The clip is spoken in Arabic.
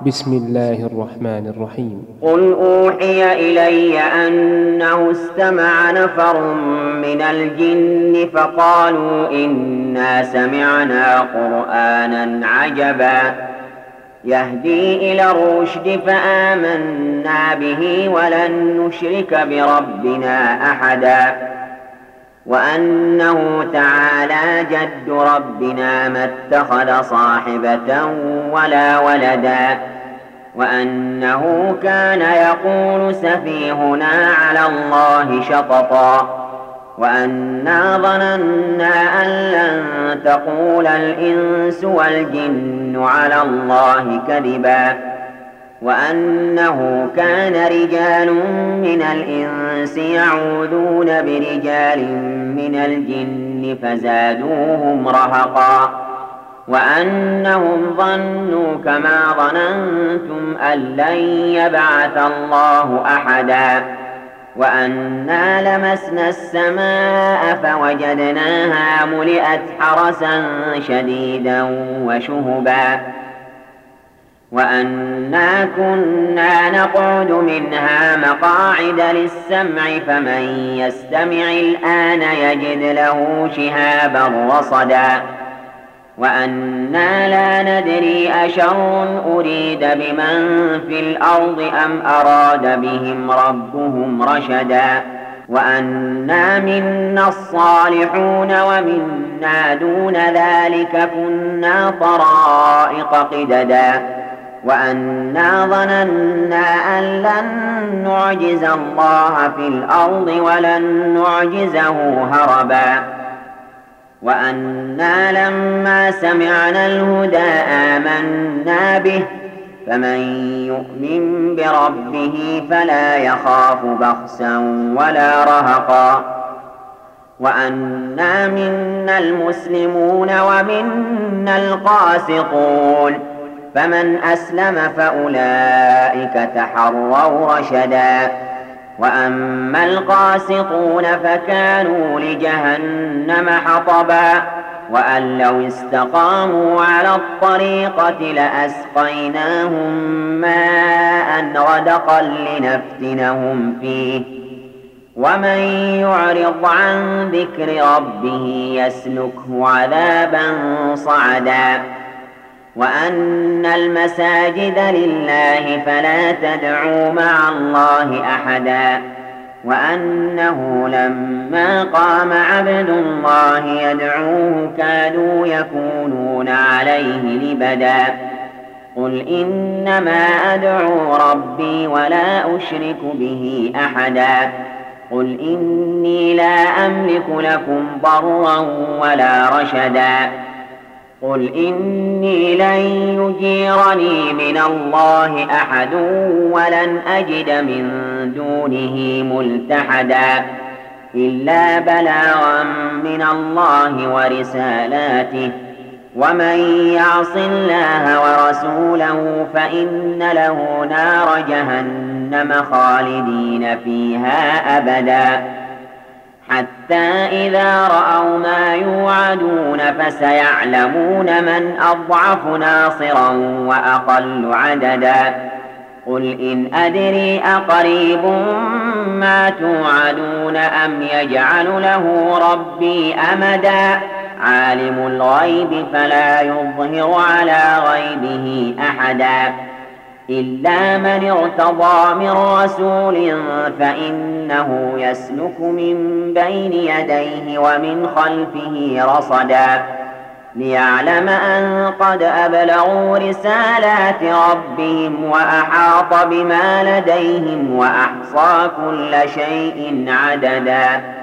بسم الله الرحمن الرحيم. قل أوحي إلي أنه استمع نفر من الجن فقالوا إنا سمعنا قرآنا عجبا يهدي إلى الرشد فآمنا به ولن نشرك بربنا أحدا وأنه تعالى جد ربنا ما اتخذ صاحبة ولا ولدا وأنه كان يقول سفيهنا على الله شططا وأنا ظننا أن لن تقول الإنس والجن على الله كذبا وأنه كان رجال من الإنس يعوذون برجال من الجن فزادوهم رهقا وأنهم ظنوا كما ظننتم أن لن يبعث الله أحدا وأنا لمسنا السماء فوجدناها ملئت حرسا شديدا وشهبا وأنا كنا نقعد منها مقاعد للسمع فمن يستمع الآن يجد له شهابا رصدا وأنا لا ندري أشر أريد بمن في الأرض أم أراد بهم ربهم رشدا وأنا منا الصالحون ومنا دون ذلك كنا طرائق قددا وأنا ظننا أن لن نعجز الله في الأرض ولن نعجزه هربا وأنا لما سمعنا الهدى آمنا به فمن يؤمن بربه فلا يخاف بخسا ولا رهقا وأنا منا المسلمون ومنا القاسطون فمن أسلم فأولئك تحروا رشدا وأما القاسطون فكانوا لجهنم حطبا وأن لو استقاموا على الطريقة لأسقيناهم ماء غدقا لنفتنهم فيه ومن يعرض عن ذكر ربه يسلكه عذابا صعدا وأن المساجد لله فلا تدعوا مع الله أحدا وأنه لما قام عبد الله يدعوه كادوا يكونون عليه لبدا قل إنما أدعو ربي ولا أشرك به أحدا قل إني لا أملك لكم ضرا ولا رشدا قل إني لن يجيرني من الله أحد ولن أجد من دونه ملتحدا إلا بلاغا من الله ورسالاته ومن يعص الله ورسوله فإن له نار جهنم خالدين فيها أبدا حتى إذا رأوا ما يوعدون فسيعلمون من أضعف ناصرا وأقل عددا قل إن أدري أقريب ما توعدون أم يجعل له ربي أمدا عالم الغيب فلا يظهر على غيبه أحدا إلا من ارتضى من رسول فإنه يسلك من بين يديه ومن خلفه رصدا ليعلم أن قد أبلغوا رسالات ربهم وأحاط بما لديهم وأحصى كل شيء عددا